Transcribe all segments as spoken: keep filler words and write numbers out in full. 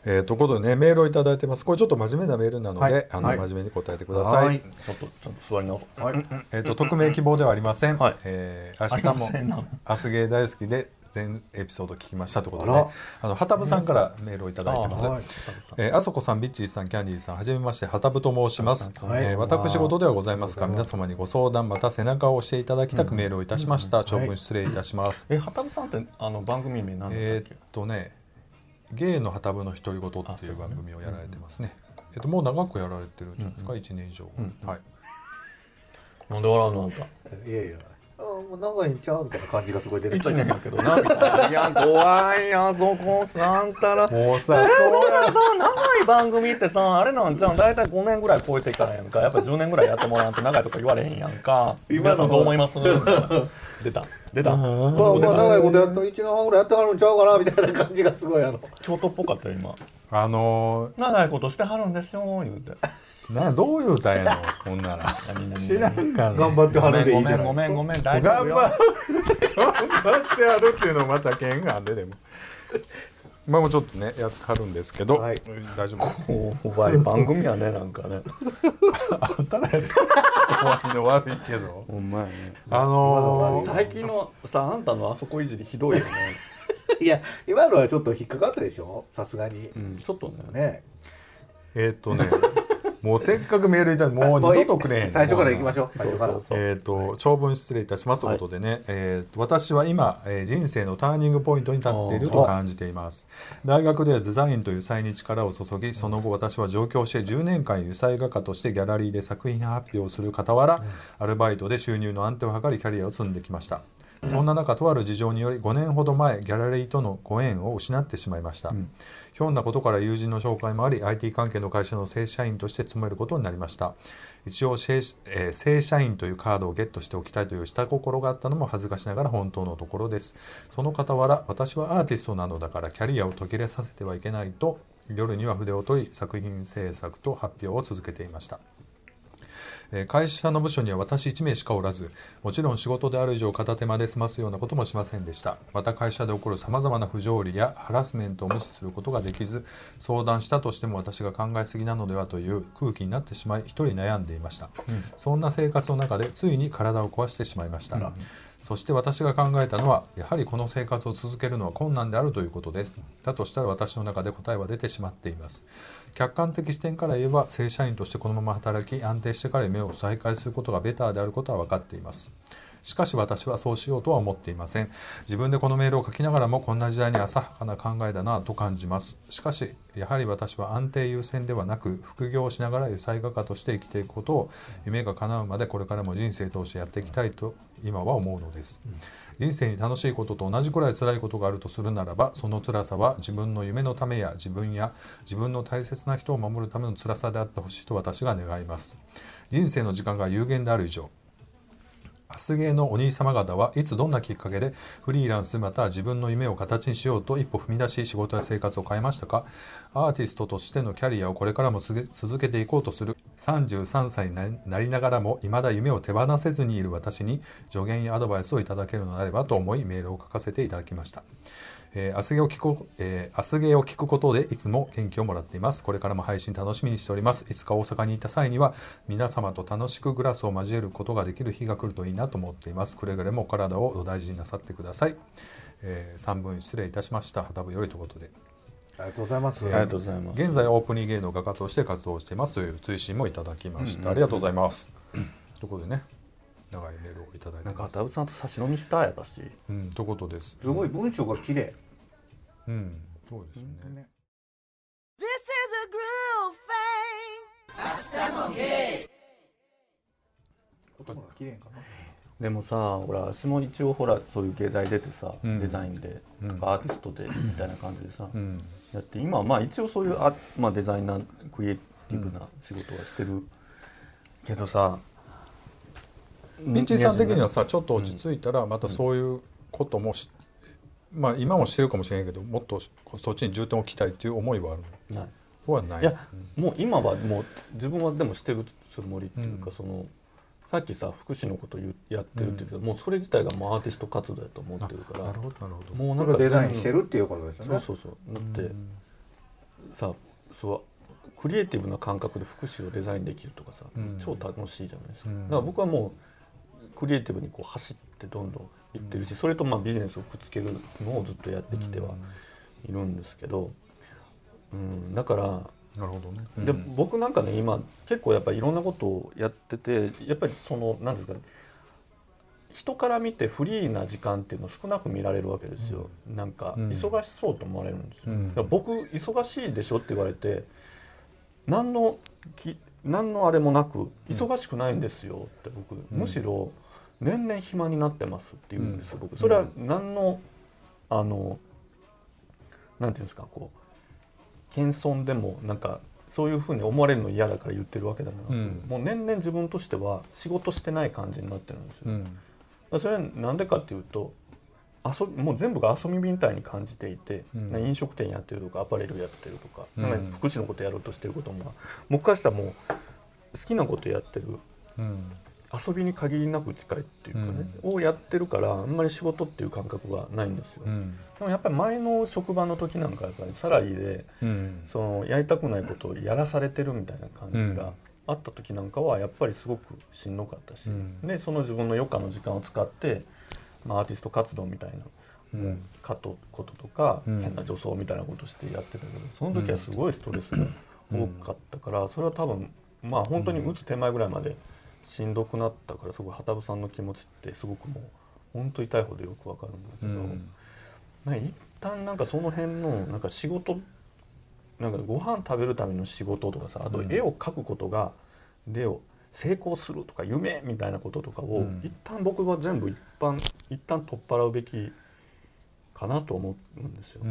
えー、ということでね、メールをいただいてます。これちょっと真面目なメールなので、はい、あの、はい、真面目に答えてください。はい、 ちょっとちょっと座り直そう。はい、 えっと匿名希望ではありません。はい、えー、明日もアスゲー大好きで全エピソード聞きましたということで、ね、あのはたぶさんからメールをいただいてます。はい、えー、あそこさん、ビッチーさん、キャンディーさん、はじめまして、はたぶと申します。はい、えー、私事ではございますが、皆様にご相談また背中を押していただきたくメールをいたしました。長文失礼いたします。 え、はたぶさんってあの番組名何だったっけ？ えー、っとね。ゲイのはたぶの独り言っていう番組をやられてますね。えっともう長くやられてるんじゃないですか、いちねん以上。はい。 なんで笑うのあんた。 いやいや。あもう長いんちゃうみたいな感じがすごい出てきた。 いちねんやけどなみたいな。いや怖いあそこさんたら。 もうさ、 そうやさ長い番組ってさあれなんちゃうん。だいたいごねんぐらい超えていからやんか。やっぱじゅうねんぐらいやってもらわんと長いとか言われへんやんか。今さんどう思います？出た出た。 まあ長いことやったいちねんはんぐらいやってはるんちゃうかなみたいな感じがすごいあの京都っぽかったよ今。 あのー、長いことしてはるんですよ言うて。 などういう歌やのこんなら知らんがな。 頑張ってはるでいいじゃないですか。 ごめんごめんごめん大丈夫よ。 頑張ってはるっていうのまた剣があんででも。まあもうちょっとねやってはるんですけど、はい、大丈夫。 怖い番組やねなんかね。 あんたらやで怖いの悪いけど。 ほんまやね。 あのー、最近のさあんたのあそこいじりひどいよね。 いや今のはちょっと引っかかったでしょさすがに、 うん、ちょっとね。 ねえー、っとねもうせっかくメールいただいてもう二度とくれへん。 最初からいきましょう。最初から。 えっと長文失礼いたしますということでね、はい、えー、私は今、えー、人生のターニングポイントに立っていると感じています。大学ではデザインという才に力を注ぎ、その後私は上京してじゅうねんかん油彩画家としてギャラリーで作品発表をする傍ら、うん、アルバイトで収入の安定を図りキャリアを積んできました。そんな中とある事情によりごねんほど前ギャラリーとのご縁を失ってしまいました、うん、ひょんなことから友人の紹介もあり アイティー 関係の会社の正社員として勤めることになりました。一応正、えー、正社員というカードをゲットしておきたいという下心があったのも恥ずかしながら本当のところです。その傍ら私はアーティストなのだからキャリアを途切れさせてはいけないと夜には筆を取り作品制作と発表を続けていました。会社の部署には私いち名しかおらず、もちろん仕事である以上片手間で済ますようなこともしませんでした。また会社で起こるさまざまな不条理やハラスメントを無視することができず、相談したとしても私が考えすぎなのではという空気になってしまい一人悩んでいました、うん、そんな生活の中でついに体を壊してしまいました、うん、そして私が考えたのはやはりこの生活を続けるのは困難であるということです。だとしたら私の中で答えは出てしまっています。客観的視点から言えば正社員としてこのまま働き安定してから夢を再開することがベターであることは分かっています。しかし私はそうしようとは思っていません。自分でこのメールを書きながらもこんな時代に浅はかな考えだなと感じます。しかしやはり私は安定優先ではなく副業をしながら油彩画家として生きていくことを夢が叶うまでこれからも人生通してやっていきたいと今は思うのです。人生に楽しいことと同じくらい辛いことがあるとするならばその辛さは自分の夢のためや自分や自分の大切な人を守るための辛さであってほしいと私が願います。人生の時間が有限である以上アスゲーのお兄様方はいつどんなきっかけでフリーランスまたは自分の夢を形にしようと一歩踏み出し仕事や生活を変えましたか？アーティストとしてのキャリアをこれからも続けていこうとするさんじゅうさんさいになりながらも未だ夢を手放せずにいる私に助言やアドバイスをいただけるのであればと思いメールを書かせていただきました。えー、アスゲを聞く、えー、アスゲを聞くことでいつも元気をもらっています。これからも配信楽しみにしております。いつか大阪に行った際には皆様と楽しくグラスを交えることができる日が来るといいなと思っています。くれぐれもお体をお大事になさってください。えー、さんぶん失礼いたしました。はたぶよりということでありがとうございます。 ありがとうございます。 現在オープニング芸能画家として活動していますという追伸もいただきました。うんうん、ありがとうございます。ということでね長いメールをいただいてなんかはたぶさんと差し飲みしたやだし、 うん、ということです。 すごい文章が綺麗。 うん、そうですね。 This is a groove thing. 明日もゲイ。 言葉が綺麗かな。 でもさ、ほら私も一応ほらそういう芸大出てさ、うん、デザインでとかアーティストでみたいな感じでさ、うん、やって今はまあ一応そういうあ、まあ、デザイナークリエイティブな仕事はしてるけどさ、 ミッチーさん的にはさちょっと落ち着いたらまたそういうこともし、うん、まあ今もしてるかもしれないけどもっとそっちに重点を置きたいっていう思いはあるの？ないはない。 いや、うん、もう今はもう自分はでもしてるつもりっていうか、うん、そのさっきさ福祉のことやってるって言うけど、うん、もうそれ自体がもうアーティスト活動やと思ってるから。 なるほどなるほど。 もうなんかデザインしてるっていうことですよね。 そうそうそう。だって、 さそうクリエイティブな感覚で服飾をデザインできるとかさ、 うん、 超楽しいじゃないですか、 うん、 だから僕はもうクリエイティブにこう走ってどんどんいってるし、それとまあビジネスをくっつけるのをずっとやってきてはいるんですけど、うん、だからなるほどね、うん、 で僕なんかね今結構やっぱりいろんなことをやってて、やっぱりその何ですかね、人から見てフリーな時間っていうのを少なく見られるわけですよ、うん、なんか忙しそうと思われるんですよ、うん、だから僕忙しいでしょって言われて何のき何のあれもなく忙しくないんですよって僕、うん、むしろ年々暇になってますって言うんです、うん、僕それは何のあのなんていうんですか、こう謙遜でもなんかそういうふうに思われるの嫌だから言ってるわけでもなく、うん、もう年々自分としては仕事してない感じになってるんですよ、うん、それはなんでかっていうと遊びもう全部が遊びみたいに感じていて、うん、飲食店やってるとかアパレルやってるとか、うん、なんか福祉のことやろうとしてることも僕からしたらもう好きなことやってる、うん、遊びに限りなく近いっていうかね、うん、をやってるからあんまり仕事っていう感覚がないんですよ、うん、でもやっぱり前の職場の時なんかやっぱりサラリーで、うん、そのやりたくないことをやらされてるみたいな感じがあった時なんかはやっぱりすごくしんどかったし、うん、でその自分の余暇の時間を使ってまあ、アーティスト活動みたいな、うん、カットこととか、うん、変な女装みたいなことしてやってたけど、その時はすごいストレスが多かったから、うん、それは多分まあ本当に打つ手前ぐらいまでしんどくなったから、すごい畑部さんの気持ちってすごくもう本当痛いほどよくわかるんだけど、うん、なんか一旦なんかその辺のなんか仕事なんかご飯食べるための仕事とかさ、あと絵を描くことが絵を成功するとか夢みたいなこととかを、うん、一旦僕は全部一般一旦取っ払うべきかなと思うんですよ、うん、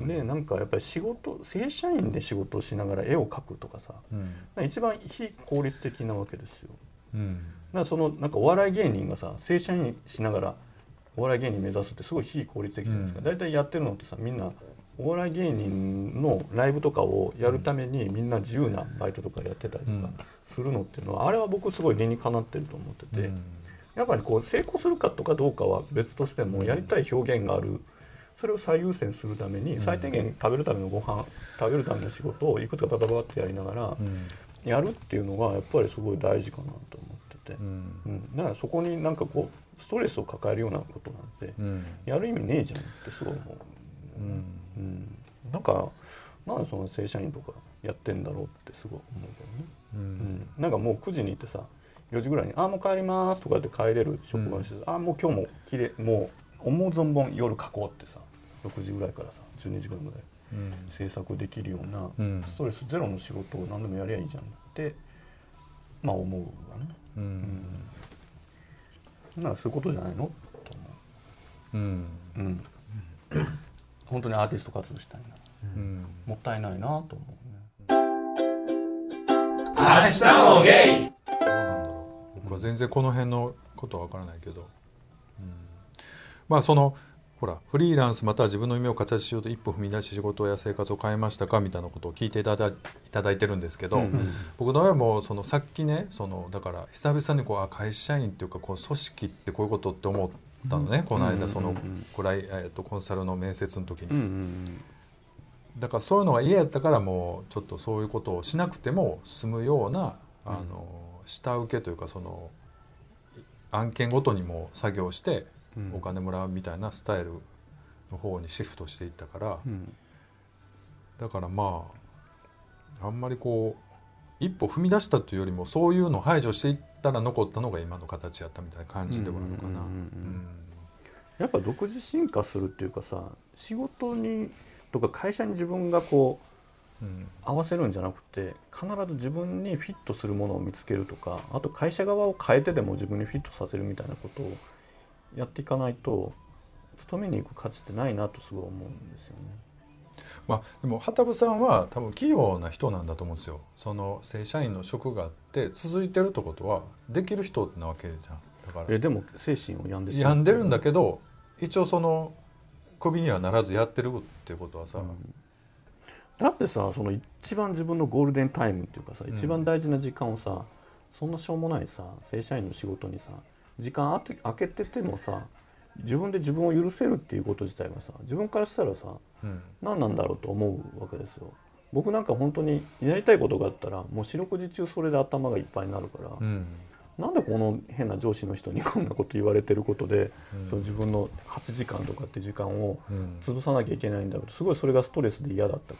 でなんかやっぱり仕事正社員で仕事をしながら絵を描くとかさ、うん、一番非効率的なわけですよ、うん、だからそのなんかお笑い芸人がさ正社員しながらお笑い芸人目指すってすごい非効率的じゃないですか、うん、だいたいやってるのってさみんなお笑い芸人のライブとかをやるためにみんな自由なバイトとかやってたりとかするのっていうのはあれは僕すごい理にかなってると思ってて、やっぱりこう成功するかとかどうかは別としてもやりたい表現がある、それを最優先するために最低限食べるためのご飯食べるための仕事をいくつかバババってやりながらやるっていうのがやっぱりすごい大事かなと思ってて、うん、だからそこになんかこうストレスを抱えるようなことなんてやる意味ねえじゃんってすごい思う。うんうん、なんかなんでその正社員とかやってんだろうってすごい思うけどね、うんうん、なんかもうくじに行ってさよじぐらいに「あもう帰ります」とかって帰れる職場にして、うん、あもう今日もきれいもう思う存分夜書こうってさろくじぐらいからさじゅうにじぐらいまで制作できるような、うん、ストレスゼロの仕事を何でもやりゃいいじゃんってまあ思うわね、うんうん、なんかそういうことじゃないのと思う、うんうん本当にアーティスト活動したいな、うん、もったいないなと思うね。 明日もゲイ。どうなんだろう。僕は全然この辺のことはわからないけど、うん、まあそのほらフリーランスまたは自分の夢を形しようと一歩踏み出し仕事や生活を変えましたかみたいなことを聞いていただいただいてるんですけど、うんうん、僕の場合もそのさっきねそのだから久々にこうあ会社員っていうかこう組織ってこういうことって思ってたのね、この間そのコライ、えー、とコンサルの面接の時に、うんうんうん、だからそういうのが嫌やったからもうちょっとそういうことをしなくても済むような、あの下請けというかその案件ごとにも作業してお金もらうみたいなスタイルの方にシフトしていったから、うん、だからまああんまりこう一歩踏み出したというよりもそういうのを排除していったら残ったのが今の形やったみたいな感じではあるかな。 やっぱ独自進化するっていうかさ仕事にとか会社に自分がこう、うん、合わせるんじゃなくて必ず自分にフィットするものを見つけるとかあと会社側を変えてでも自分にフィットさせるみたいなことをやっていかないと勤めに行く価値ってないなとすごい思うんですよね。 まあ、でも畑部さんは多分器用な人なんだと思うんですよ。その正社員の職があって続いてるってことはできる人なわけじゃん。だからえでも精神を病んでしまう病んでるんだけど一応そのクビにはならずやってるっていうことはさ、うん、 だってさその一番自分のゴールデンタイムっていうかさ一番大事な時間をさ、うん、そんなしょうもないさ正社員の仕事にさ時間あて空けててもさ自分で自分を許せるっていうこと自体がさ自分からしたらさ、うん、何なんだろうと思うわけですよ。 僕なんか本当にやりたいことがあったらもう四六時中それで頭がいっぱいになるから、うん、なんでこの変な上司の人にこんなこと言われてることで、うん、その自分のはちじかんとかっていう時間を潰さなきゃいけないんだけど、すごいそれがストレスで嫌だったから、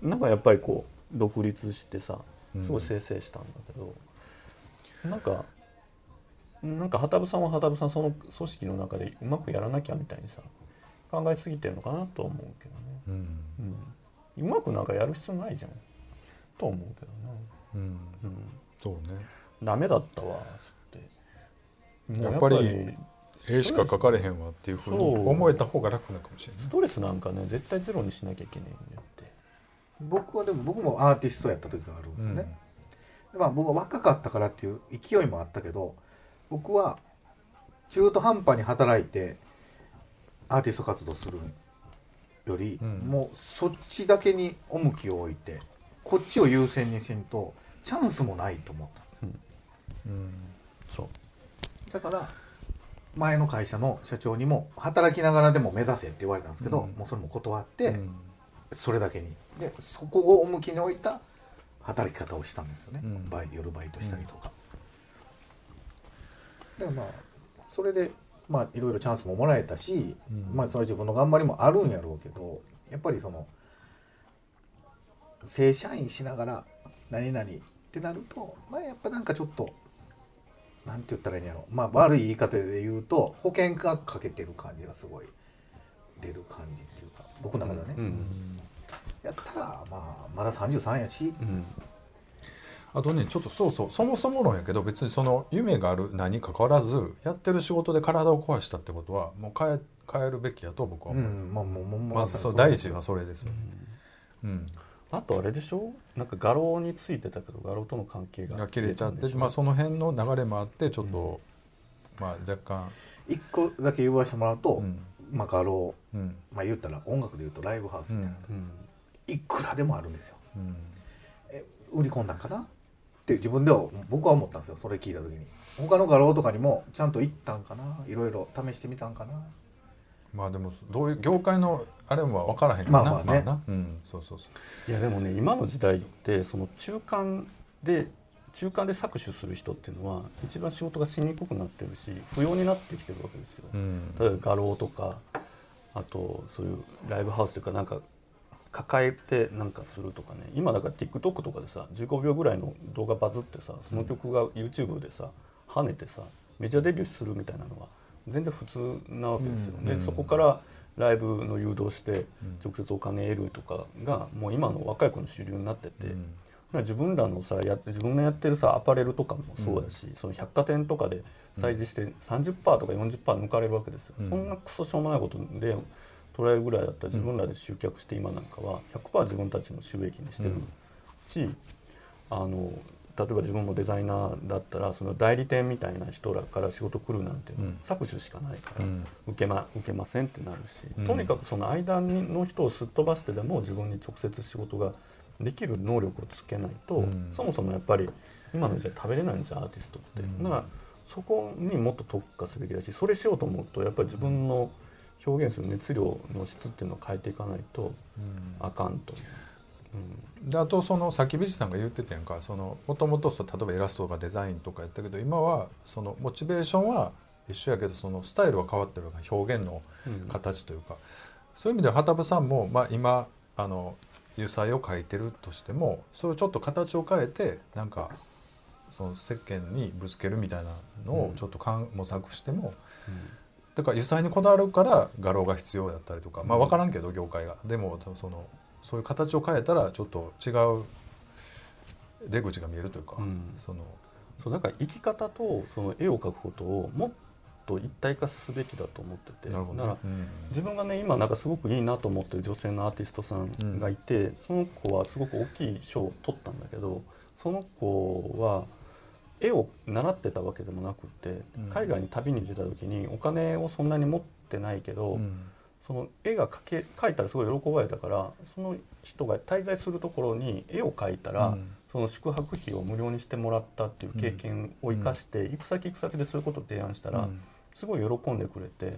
なんかやっぱりこう独立してさすごい清々したんだけど、うん、なんかなんか畑部さんは畑部さんその組織の中でうまくやらなきゃみたいにさ考えすぎてるのかなと思うけどね、うんうん、うまくなんかやる必要ないじゃんと思うけどな、うんうん、 そうね、 ダメだったわってもうやっぱり絵しか描かれへんわっていうふうに思えた方が楽なのかもしれない。 ストレスなんかね絶対ゼロにしなきゃいけないんだよって。 僕はでも僕もアーティストやった時があるんですね、うん、でまあ僕は若かったからっていう勢いもあったけど、僕は中途半端に働いてアーティスト活動するより、うん、もうそっちだけに重きを置いてこっちを優先にせんとチャンスもないと思ったんですよ、うんうん、そうだから前の会社の社長にも働きながらでも目指せって言われたんですけど、うん、もうそれも断って、うん、それだけにでそこを重きに置いた働き方をしたんですよね、うん、バイ夜バイトしたりとか、うん、でまあそれでまあいろいろチャンスももらえたし、うん、まあそれ自分の頑張りもあるんやろうけど、やっぱりその正社員しながら何々ってなると、まあやっぱなんかちょっとなんて言ったらいいんやろ、まあ悪い言い方で言うと保険がかけてる感じがすごい出る感じっていうか、僕の中ではね、うんうん、やったらまあまださんじゅうさんやし、うん、 あとねちょっとそうそうそもそも論やけど、別にその夢がある何にかかわらずやってる仕事で体を壊したってことはもう変え、変えるべきやと僕は思う、うんまあ、もうもうまずそう第一はそれですよ、うんうん、 あとあれでしょ、なんか画廊についてたけど画廊との関係が切れちゃって、まあ、その辺の流れもあってちょっと、うん、まあ若干一個だけ言わせてもらうと、うんまあ、画廊、うん、まあ言ったら音楽で言うとライブハウスみたいな、うん、いくらでもあるんですよ、うん、え売り込んだんかなって自分では僕は思ったんですよ。それ聞いた時に他の画廊とかにもちゃんと行ったんかな、いろいろ試してみたんかな。 まあでもどういう業界のあれも分からへんからな、まあまあね、まあな、うん、そうそうそう。いやでもね今の時代ってその中間で中間で搾取する人っていうのは一番仕事がしにくくなってるし不要になってきてるわけですよ、うん、例えば画廊とかあとそういうライブハウスというかなんか抱えてなんかするとかね、今だから TikTok とかでさじゅうごびょうぐらいの動画バズってさその曲が YouTube でさ跳ねてさメジャーデビューするみたいなのは全然普通なわけですよ、うん、でそこからライブの誘導して直接お金得るとかがもう今の若い子の主流になってて、うん、自分らのさや自分のやってるさアパレルとかもそうだし、うん、その百貨店とかで催事して さんじゅっパーセント とか よんじゅっパーセント 抜かれるわけですよ、うん、そんなクソしょうもないことで捉えるぐらいだったら自分らで集客して今なんかは ひゃくパーセント 自分たちの収益にしてるし、うん、あの例えば自分もデザイナーだったらその代理店みたいな人らから仕事来るなんて搾取しかないから受けま、受けませんってなるし、うん、とにかくその間の人をすっ飛ばしてでも自分に直接仕事ができる能力をつけないと、うん、そもそもやっぱり今の時代食べれないんですよアーティストって、うん、だからそこにもっと特化すべきだし、それしようと思うとやっぱり自分の表現する熱量の質っていうのを変えていかないとあかんと、 うん、であとそのさっきビジさんが言ってたやんか、もともと例えばイラストとかデザインとかやったけど今はそのモチベーションは一緒やけどそのスタイルは変わってるから表現の形というか、うん、そういう意味では畑部さんも、まあ、今あの油彩を描いてるとしてもそれをちょっと形を変えてなんかその世間にぶつけるみたいなのをちょっとかん模索しても、うん、だから油彩にこだわるから画廊が必要だったりとか、まあ分からんけど業界がでもそのそういう形を変えたらちょっと違う出口が見えるというか、うん、そのそうだから生き方とその絵を描くことをもっと一体化すべきだと思ってて、なるほどね、だから、うん、自分がね今なんかすごくいいなと思ってる女性のアーティストさんがいて、うん、その子はすごく大きい賞を取ったんだけど、その子は絵を習ってたわけでもなくて、うん、海外に旅に出た時にお金をそんなに持ってないけど、うん、その絵が描け描いたらすごい喜ばれたから、その人が滞在するところに絵を描いたら、うん、その宿泊費を無料にしてもらったっていう経験を生かして、うん、行く先行く先でそういうことを提案したら、うん、すごい喜んでくれて、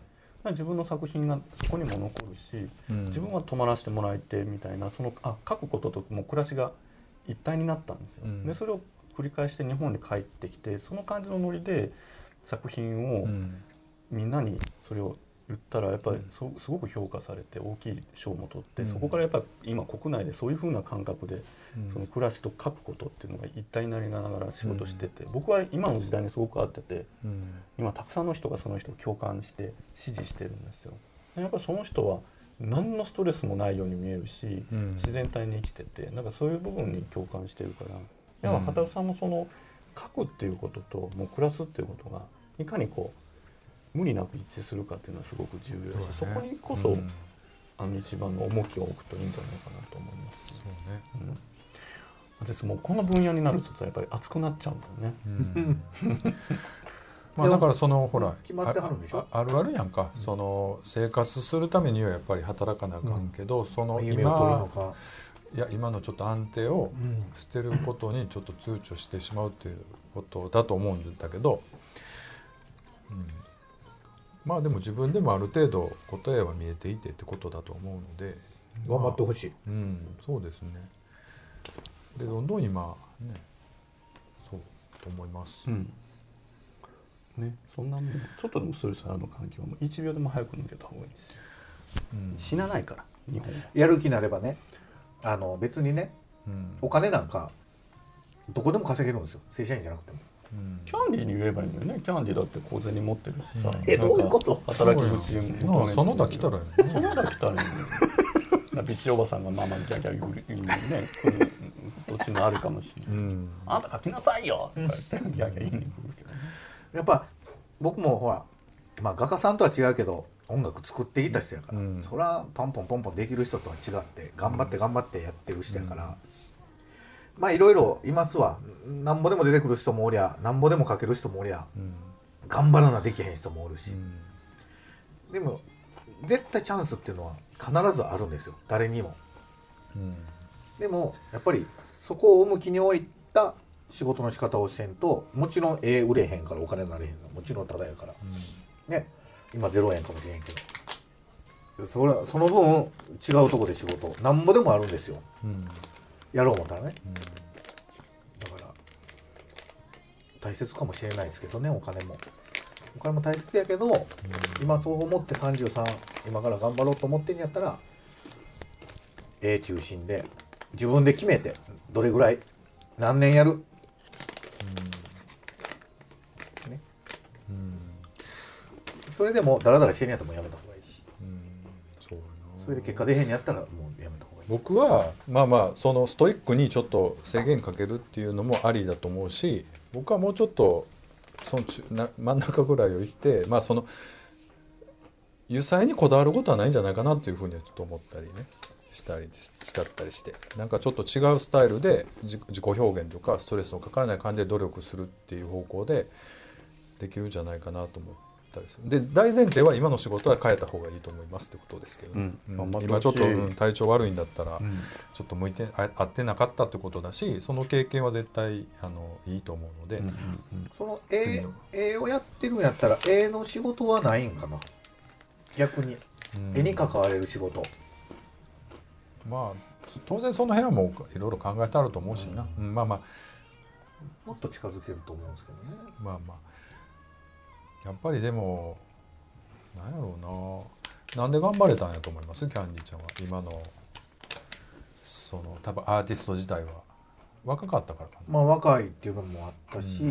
自分の作品がそこにも残るし、うん、自分は泊まらせてもらえてみたいな、そのあ書くことともう暮らしが一体になったんですよ、うん、でそれを繰り返して日本に帰ってきて、その感じのノリで作品をみんなにそれを言ったらやっぱりすごく評価されて大きい賞も取って、うん、そこからやっぱり今国内でそういう風な感覚で、うん、その暮らしと書くことっていうのが一体になりながら仕事してて、うん、僕は今の時代にすごく合ってて、うん、今たくさんの人がその人を共感して支持してるんですよ。やっぱりその人は何のストレスもないように見えるし、うん、自然体に生きてて、なんかそういう部分に共感してるから、やっぱ畑さんもその書くっていうことともう暮らすっていうことがいかにこう無理なく一致するかっていうのはすごく重要だし、そ、ね、そこにこそ、うん、あの一番の重きを置くといいんじゃないかなと思います。 そうね、うん、 私もうこの分野になるとやっぱり熱くなっちゃうんだよね。うんまあだからそのほら決まってはるんでしょ。 あるあるやんか、うん、その生活するためにはやっぱり働かなあかんけど、うん、その今いや今のちょっと安定を捨てることにちょっと躊躇してしまうということだと思うんだけど、うん、まあでも自分でもある程度答えは見えていてってことだと思うので頑張ってほしい、 まあ、うんそうですね。でどんどん今ねそうと思います、 うんね、そんなもんちょっとでもストレスある環境もいちびょうでも早く抜けた方がいいですよ、うん、死なないから日本はやる気になればね、あの別にね、うん、お金なんかどこでも稼げるんですよ、正社員じゃなくても、 うん、キャンディーに言えばいいのよね。キャンディーだって小銭持ってるしさ、うん、 えどういうこと？ 働き口求めてる。 その他来たらよその他来たらよビッチおばさんがママにギャギャ言うにね来る年もあるかもしれない、うん、あんた書きなさいよとか言ってギャギャ言いに来るけどね。 やっぱ僕もほら、まあ、画家さんとは違うけど音楽作ってきた人やから、うん、そりゃポンポンポンポンできる人とは違って頑張って頑張ってやってる人やから、うん、まあいろいろいますわ。なんぼでも出てくる人もおりゃなんぼでも書ける人もおりゃ、うん、頑張らなできへん人もおるし、うん、でも絶対チャンスっていうのは必ずあるんですよ、誰にも、うん、でもやっぱりそこを重きに置いた仕事の仕方をせんと、もちろん絵売れへんからお金になれへんのもちろんただやから、うん、ね今ゼロえんかもしれんけど、それその分違うとこで仕事なんぼでもあるんですよ、うん、やろう思ったらね、うん、だから大切かもしれないですけどね、お金もお金も大切やけど、うん、今そう思ってさんじゅうさん今から頑張ろうと思ってんやったら絵中心で自分で決めてどれぐらい何年やる、うんねうん、それでもダラダラしてんやったらもうやめた方がいいし、うん、そうやな。それで結果出へんやったらもうやめた方がいい。 僕はまあまあそのストイックにちょっと制限かけるっていうのもありだと思うし、僕はもうちょっとその中な真ん中ぐらいを言って、まあその油彩にこだわることはないんじゃないかなというふうにはちょっと思ったりねしたりしちゃったりして、なんかちょっと違うスタイルで自己表現とかストレスのかからない感じで努力するっていう方向でできるんじゃないかなと思ったりする。で大前提は今の仕事は変えた方がいいと思いますってことですけど、ねうんうん、今ちょっと、うん、体調悪いんだったら、うん、ちょっと向いて合ってなかったってことだし、その経験は絶対あのいいと思うので、うんうんうん、 その絵絵をやってるんやったら絵の仕事はないんかな、逆に、うん、絵に関われる仕事。 まあ当然その辺はもういろいろ考えてあると思うしな、うんうん、まあまあもっと近づけると思うんですけどね。 まあまあやっぱりでもなんやろうな、なんで頑張れたんやと思います？キャンディーちゃんは今のその多分アーティスト自体は若かったからかな。 まあ若いっていうのもあったし、うん、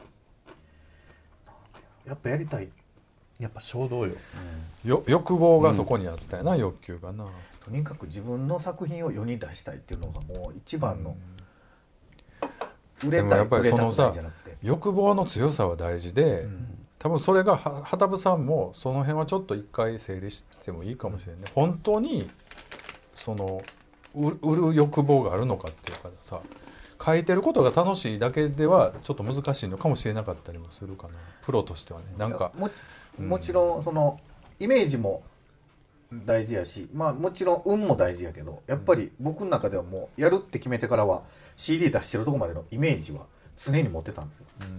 やっぱやりたい、 やっぱ衝動よ、 うん、よ欲望がそこにあったよな、うん、欲求がな。 とにかく自分の作品を世に出したいっていうのがもう一番の、うん、売れたい、でもやっぱりそのさ欲望の強さは大事で、うん、多分それが畑部さんもその辺はちょっと一回整理してもいいかもしれないね。本当にその売る欲望があるのかっていうかさ、書いてることが楽しいだけではちょっと難しいのかもしれなかったりもするかな、プロとしてはね。なんかも, もちろんそのイメージも大事やし、まあもちろん運も大事やけど、やっぱり僕の中ではもうやるって決めてからは シーディー 出してるとこまでのイメージは常に持ってたんですよ、うん、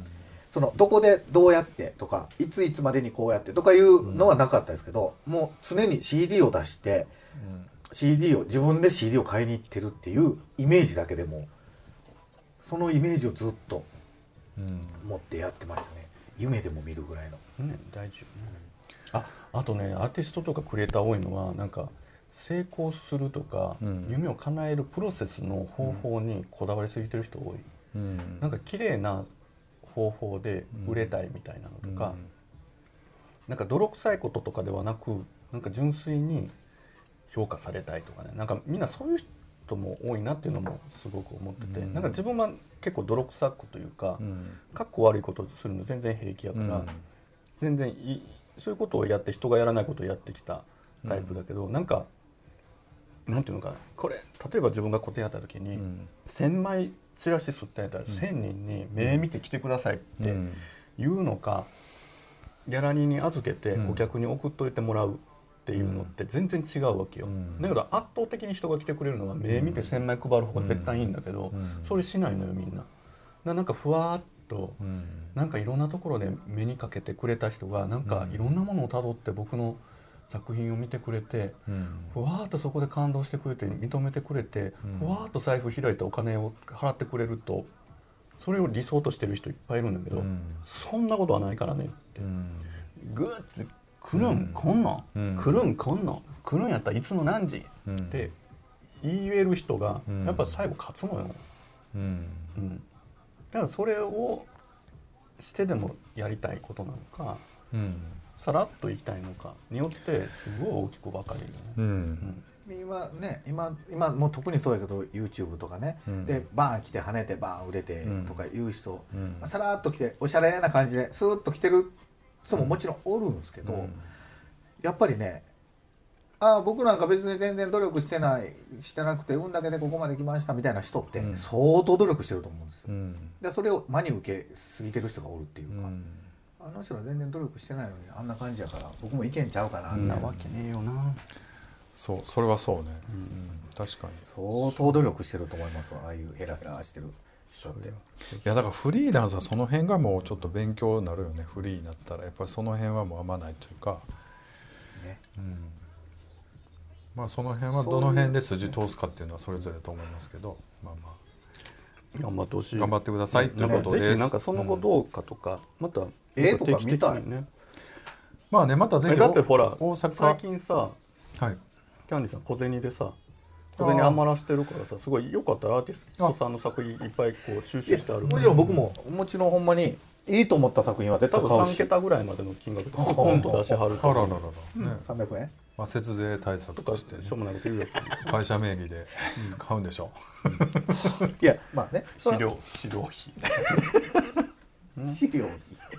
そのどこでどうやってとかいついつまでにこうやってとかいうのはなかったですけど、うん、もう常に シーディー を出して、うん、シーディー を自分で シーディー を買いに行ってるっていうイメージだけでもそのイメージをずっと持ってやってましたね。夢でも見るぐらいの、 ね、大事よね。あ、あとねアーティストとかクリエイター多いのはなんか成功するとか、うん、夢を叶えるプロセスの方法にこだわりすぎてる人多い、うん、なんか綺麗な方法で売れたいみたいなのとか、うん、なんか泥臭いこととかではなくなんか純粋に評価されたいとかね、なんかみんなそういう人も多いなっていうのもすごく思ってて、うん、なんか自分は結構泥臭くというか、うん、かっこ悪いことをするの全然平気やから、うん、全然いいそういうことをやって人がやらないことをやってきたタイプだけど、うん、なんかなんていうのかな、これ例えば自分が個展やった時に、うん、せんまいチラシ吸ってやったら、うん、せんにんに目見て来てくださいって言うのか、ギャラリーに預けて顧客に送っといてもらうっていうのって全然違うわけよ、うん、だけど圧倒的に人が来てくれるのは目見てせんまい配る方が絶対いいんだけど、うん、それしないのよみんな。なんかふわっと、うん、なんかいろんなところで目にかけてくれた人がなんかいろんなものをたどって僕の作品を見てくれて、うん、ふわーっとそこで感動してくれて認めてくれて、うん、ふわーっと財布開いてお金を払ってくれるとそれを理想としてる人いっぱいいるんだけど、うん、そんなことはないからねって、うん、グーって来るん、うん、こんなん、うん、来るんこんなん来るんやったらいつの何時、うん、って言える人がやっぱ最後勝つのよ、うんうん、だからそれをしてでもやりたいことなのか、うんさらっといきたいのかによってすごい大きく分かれるよね、うんうん、今ね今今もう特にそうやけど YouTube とかね、うん、でバーン来て跳ねてバーン売れてとかいう人、うんまあ、さらっと来ておしゃれな感じでスーッと来てる人ももちろんおるんですけど、うん、やっぱりねあ僕なんか別に全然努力してないしてなくて運だけでここまで来ましたみたいな人って相当努力してると思うんですよ、うん、でそれを真に受けすぎてる人がおるっていうか、うんあの人は全然努力してないのにあんな感じやから僕もいけんちゃうかなってなわけねえよな、うん、 そうそれはそうね、うんうん、確かに相当努力してると思いますわああいうヘラヘラしてる人っていやだからフリーランスはその辺がもうちょっと勉強になるよねフリーになったらやっぱりその辺はもうあんまないというかね、うん、まあその辺はどの辺で筋通すかっていうのはそれぞれだと思いますけどまあまあ頑張ってほしい頑張ってくださいということです、 ね、ぜひなんかその後どうかとか、うん、また絵とか見たいねまあねまたぜひだってほら大阪最近さ、はい、 キャンディさん小銭でさ小銭余らしてるからさすごいよかったらアーティストさんの作品いっぱいこう収集してあるもちろん僕ももちろんほんまにいいと思った作品は絶対買うし多分さん桁ぐらいまでの金額でポンと出しはるとあらららら、 ね、さんびゃくえんまあ、節税対策として、ね、 しょうもないこと言うやつ会社名義で買うんでしょう、 うん、いやまあね資料資料費資料費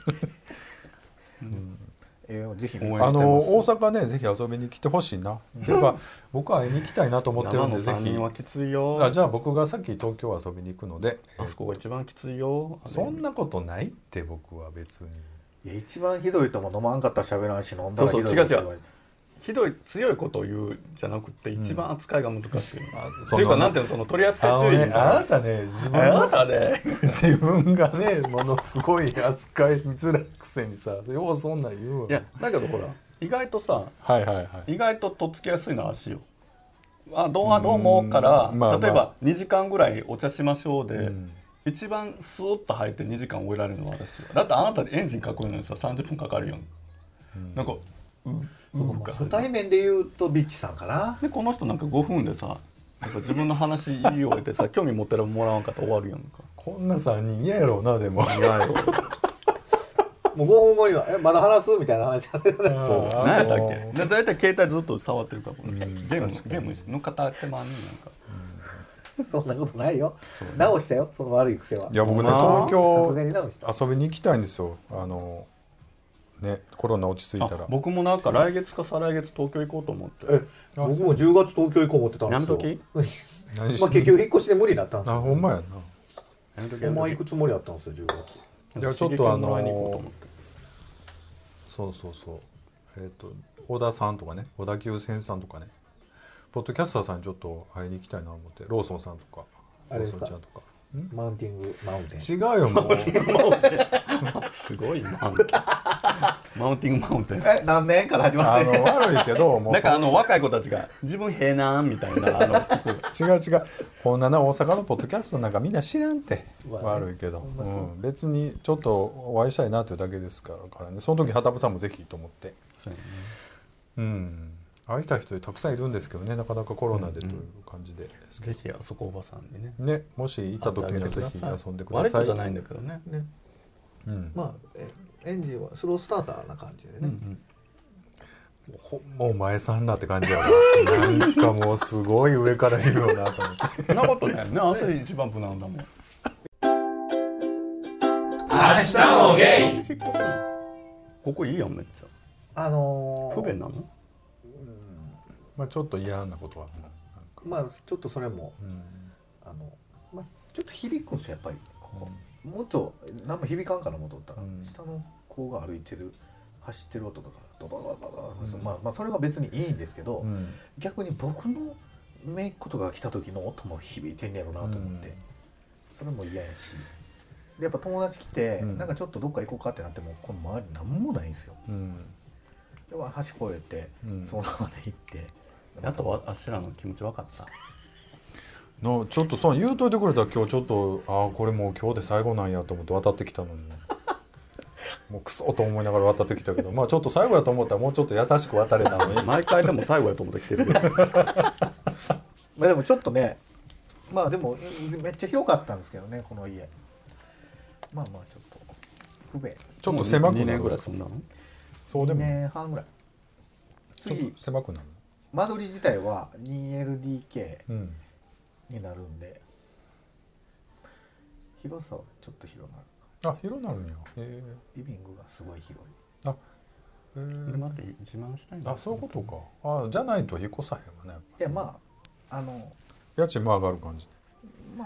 うんえー、ぜひ、ね、 あの大阪ねぜひ遊びに来てほしいな、うん、ていうか僕は会いに行きたいなと思ってるんでぜひさんにんはきついよあじゃあ僕がさっき東京遊びに行くのであそこが一番きついよそんなことないって僕は別にいや一番ひどいとも飲まんかったら喋らんし飲んだらひどいそうそう違う違うひどい強いことを言うじゃなくて一番扱いが難しい、うん、っていうかなんていうのその取り扱い注意あ、ね、あなたね自分あなたね自分がねものすごい扱いづらいくせにさようそんなん言うわいやだけどほら意外とさ、 はいはいはい、 意外ととっつきやすいのは足よあどうもどうもから、まあまあ、例えばにじかんぐらいお茶しましょうで、うん、一番スーッと入ってにじかん終えられるのは私よだってあなたでエンジンかくのにささんじゅっぷんかかるやん、うん、なんかうん初対面で言うとビッチさんかなでこの人なんかごふんでさなんか自分の話言い終えてさ興味持ってもらわんかったら終わるやんかこんなさんにん嫌やろうなでも嫌やろもうごふんごにはえまだ話すみたいな話されてたそう何やったっけだいたい携帯ずっと触ってるからゲームゲームの方ってまんねんなんかそんなことないよ直したよその悪い癖はいや僕ね東京遊びに行きたいんですよあのね、コロナ落ち着いたら僕もなんか来月か再来月東京行こうと思ってえ僕もじゅうがつ東京行こう思ってたんですよ何時まあ結局引っ越しで無理になったんですよあほんまやなほんま行くつもりだったんですよじゅうがついやちょっとあのー、そうそうそうえっ、ー、と小田さんとかね小田急線さんとかねポッドキャスターさんにちょっと会いに行きたいなと思ってローソンさんとかあれですかローソンちゃんとかマウンティングマウンテン。 違うよもうすごいマウンテンマウンティングマウンテン。 え何年から始まあっての悪いけどもうなんかあの若い子たちが自分へえなーみたいなあの違う違うこんなな大阪のポッドキャストなんかみんな知らんってうわ悪いけど、 ほんまそううん、別にちょっとお会いしたいなというだけですからからねその時畑部さんもぜひと思ってそうやねうん会いたい人たくさんいるんですけどねなかなかコロナでという感じでですけぜひあそこおばさんにねど、ねもし行った時にはぜひ遊んでください悪い人じゃないんだけどね。 ね、 うんまあえエンジンはスロースターターな感じでね、 ほもう前さんらって感じやななんかもうすごい上から言うよなと思ってそんなことないね。汗一番無難だもん。 明日もゲイ。 引っ越すのここいいやんめっちゃ。 あのー、 不便なの？ まあちょっと嫌なことはもうなんかまあちょっとそれもうんあの、まあ、ちょっと響くんですよやっぱりここ、もっと何も響かんかなもと思ったら、 うん下の子が歩いてる走ってる音とかドドドドド、うん、まあ、まあそれは別にいいんですけど、 うん逆に僕の姪っ子とかが来た時の音も響いてんねやろなと思って、 うんそれも嫌やしでやっぱ友達来て、 うんなんかちょっとどっか行こうかってなってもこの周り何もないんですよ。 うんで橋越えて、 うんそのままで行ってやっとわあしらの気持ち分かった。 のちょっとそう言うといてくれたら今日ちょっとああこれもう今日で最後なんやと思って渡ってきたのにもうクソと思いながら渡ってきたけどまあちょっと最後やと思ったらもうちょっと優しく渡れたのに毎回でも最後やと思って来てるけど。 まあでもちょっとねまあでもめっちゃ広かったんですけどねこの家まあまあちょっと不便ちょっと狭くにねんなるぐらい住んだの？ そうでもにねんはんぐらいちょっと次狭くなる間取り自体は にエルディーケうんー になるんで広さはちょっと広なるあ広なるんやへリビングがすごい広いえあへで待って自慢したいんだ。 えあそういうことかあじゃないと引っ越さへんわねいやまああの家賃も上がる感じまあ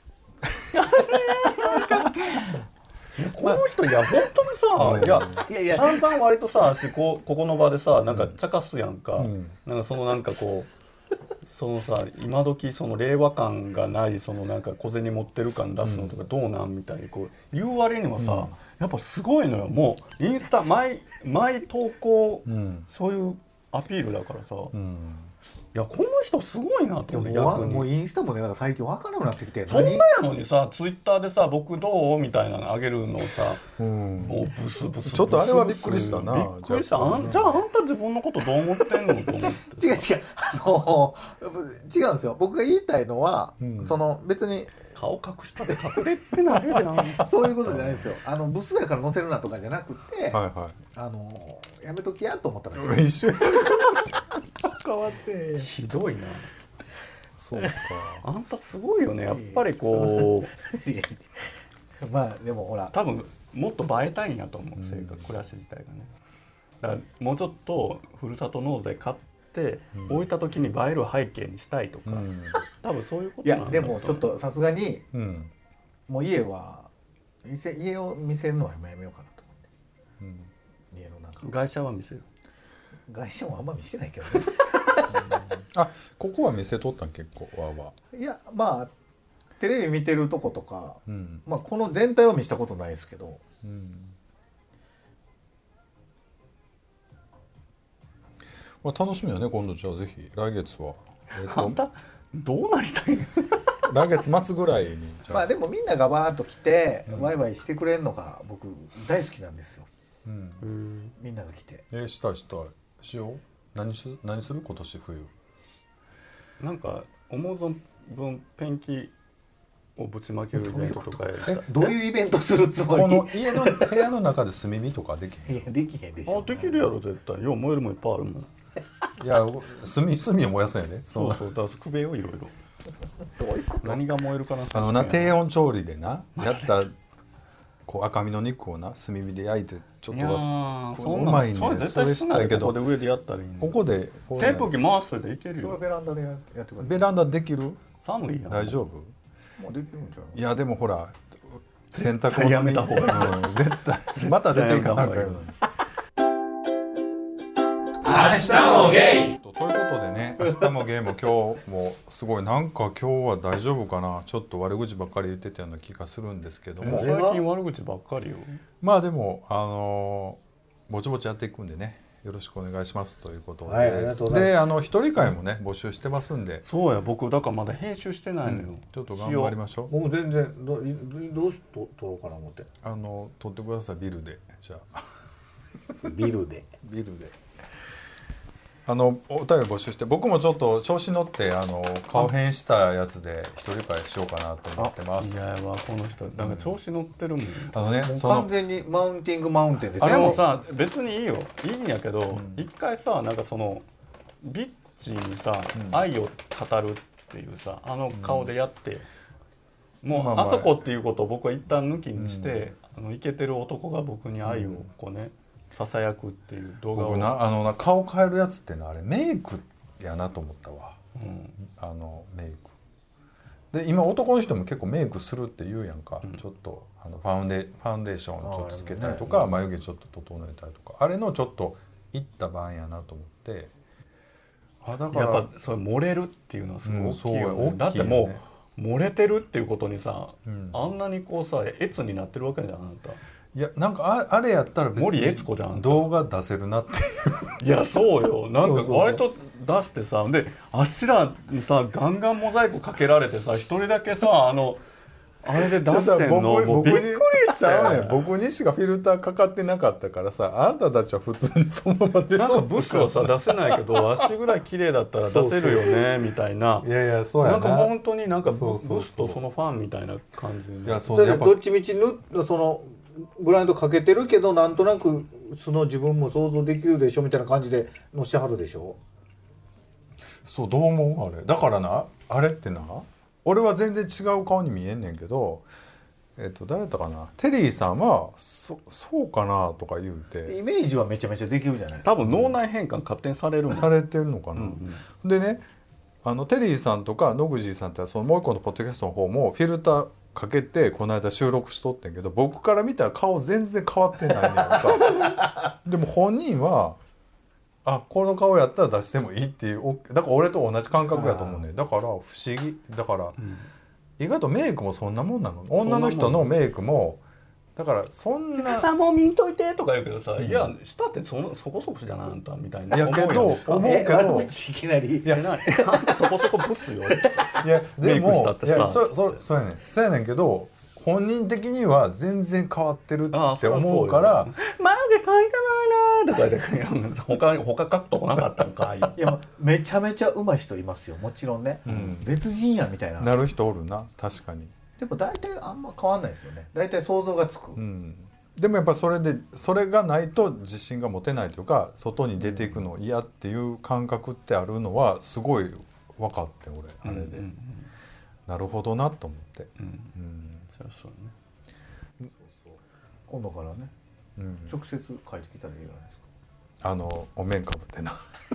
この人いや本当にさ、いやいやいや散々割とさしこここの場でさなんか茶化すやんか、 うんなんかそのなんかこうそのさ今時その令和感がないそのなんか小銭持ってる感出すのとかどうなんみたいにこう言う割にはさ、やっぱすごいのよもうインスタ毎毎投稿、 うんそういうアピールだからさ、いうんやこの人すごいなと思ってでも逆にもうインスタもねなんか最近分からなくなってきてそんなやのにさツイッターでさ僕どうみたいなのあげるのをさ、 うんもうブスブスちょっとあれはびっくりしたなびっくりしたあんじゃああんた自分のことどう思ってんのと思って違う違うあの違うんですよ僕が言いたいのは、 うんその別に顔隠したで隠れてないであんたそういうことじゃないですよあのブスやから載せるなとかじゃなくて、 はいはあのやめときやと思っただい一緒に変わってひどいなそうかあんたすごいよねやっぱりこうけまあでもほら多分もっと映えたいんやと思う生活暮らし自体がねだからもうちょっとふるさと納税買って置いた時に映える背景にしたいとか、 うん多分そういうこいとなんだやでもちょっとさすがにうんもう家は店家を見せるのはやめようかなと思ってうん家の中外車は見せる外車もあんま見せてないけどねあここは店取ったん結構わーわいやまあテレビ見てるとことか、 ーうんまあこの全体は見せたことないですけどうんまあ楽しみよね今度じゃあぜひ来月はえっとあんたどうなりたいの来月末ぐらいにじゃあまあでもみんながバーッと来て、ワイワイしてくれるのが僕大好きなんですようんみんなが来てえーしたいしたいしよう何す何する今年冬なんか思う存分ペンキをぶちまけるイベントとかやりたいえどういうイベントするつもりこの家の部屋の中で炭火とかできへんいやできへんでしょあできるやろ絶対よう燃えるもんいっぱいあるもんいや炭炭を燃やすんやでそんなそうそうだからくべよいろいろどういうこと何が燃えるかなあのな低温調理でなやったこう赤身の肉をな炭火で焼いてちょっいやと出ーすそんなんうまいねそれ絶それ対しないいしたけどけどここで上でやったらいいのここでこうね扇風機回しといていけるそれはよベランダでややってくださいベランダできる寒いやん大丈夫もうできるんちゃういやでもほら洗濯絶対やめた方がいい、うん、絶対また出ていかなきゃ絶対やめた方がいい明日もゲイ。 ということでね、え日もゲーム今日もすごいなんか今日は大丈夫かな、ちょっと悪口ばっかり言ってたような気がするんですけども、 最近悪口ばっかりよ。 まあでもあのぼちぼちやっていくんでね、よろしくお願いしますということです、 はい、ありがとうございます。 であの一人会もね募集してますんで、 そうや、僕だからまだ編集してないのよ、うん、 ちょっと頑張りましょう。 僕全然どどうしと撮ろうかな思って。 あの撮ってください、ビルで。じゃあビルでビルであのお便り募集して、僕もちょっと調子乗ってあの顔変したやつで一人会しようかなと思ってます。 いやわ、この人なんか調子乗ってるもん、うん、 あのね、 もう完全にマウンティングマウンテンですね。 あれもさ別にいいよ、いいんやけど、うん、一回さなんかそのビッチにさ、うん、愛を語るっていうさあの顔でやって、うん、もう、まあまあ、あそこっていうことを僕は一旦抜きにして、うん、あのイケてる男が僕に愛をこうね、うん、ささやくっていう動画を。 僕なあのな顔変えるやつってのはあれメイクやなと思ったわ、うん、あのメイクで今男の人も結構メイクするって言うやんか、うん、ちょっとあのファウンデファンデーションちょっとつけたりとか、ね、眉毛ちょっと整えたりとか、あれのちょっといった版やなと思って、 あだからやっぱそれ漏れるっていうのはすごい大きいよね、うん、だってもう漏れてるっていうことにさ、うん、あんなにこうさ越になってるわけじゃん、あなた。 いやなんか あ, あれやったら別に動画出せるなっていういやそうよ、なんか割と出してさ、であしらにさガンガンモザイクかけられてさ、一人だけさあのあれで出してんのもうびっくりしちゃうね。 僕にしかフィルターかかってなかったからさ、あなたたちは普通にそのまま出なんかブスはさ出せないけど足ぐらい綺麗だったら出せるよねみたいな。 いやいやそうやな、 なんか本当になんかブスとそのファンみたいな感じで、 いやそうやっぱどっちみちぬそのブラインドかけてるけどなんとなくその自分も想像できるでしょみたいな感じでのしてはるでしょ。 そうどう思うあれだからな、あれってな俺は全然違う顔に見えんねんけど、えっと誰だったかな、テリーさんは そ, そうかなとか言うてイメージはめちゃめちゃできるじゃないですか。 多分脳内変換勝手にされるんされてるのかな、うんうん、でねあのテリーさんとか野口さんってそのもう一個のポッドキャストの方もフィルターかけてこの間収録しとってんけど、僕から見たら顔全然変わってないねんかでも本人はあこの顔やったら出してもいいっていう、だから俺と同じ感覚やと思うね。だから不思議だから、うん、意外とメイクもそんなもんなの。女の人のメイクもだからそんなあもう見んといてとか言うけどさ、うん、いや舌って そ, そこそこじゃなあんたみたいな。 いやけど思うけどいきなりいやそこそこブスよいやでもいやそそそうやねんそうやねんけど本人的には全然変わってるって思うから眉毛描いてないなとか言って他他描くとこなかったのかいやめちゃめちゃ上手い人いますよもちろんね、うん、別人やみたいななる人おるな確かに。 でも大体あんま変わんないですよね。大体想像がつく、 うん、でもやっぱそれでそれがないと自信が持てないというか外に出ていくの嫌っていう感覚ってあるのはすごい分かって俺あれで、うんうんうん、なるほどなと思って、うんうん、 そうそうねそうそう今度からね、うん、直接書いてきたらいいじゃないですか。あのお面かぶってな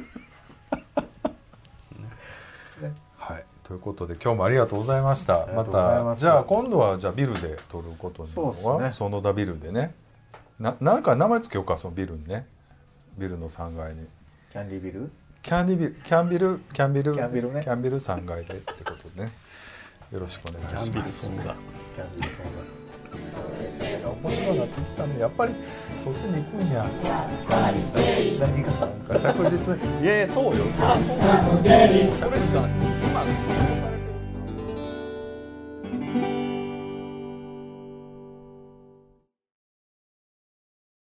ね、はいということで今日もありがとうございました。またじゃあ今度はじゃあビルで撮ることになるのは、ね、園田ビルでねななんか名前つけようかそのビルにね、ビルのさんがいにキャンディービルキャンディービルキャンビルキャンビルキャンビルねキャンビルさんがいでってことでねよろしくお願いします。 キャンビルソンキャンビルソンいや面白くなってきたね。やっぱりそっちに行くんや。 何が着実にいやいやそうよそりゃそうよ。それしか今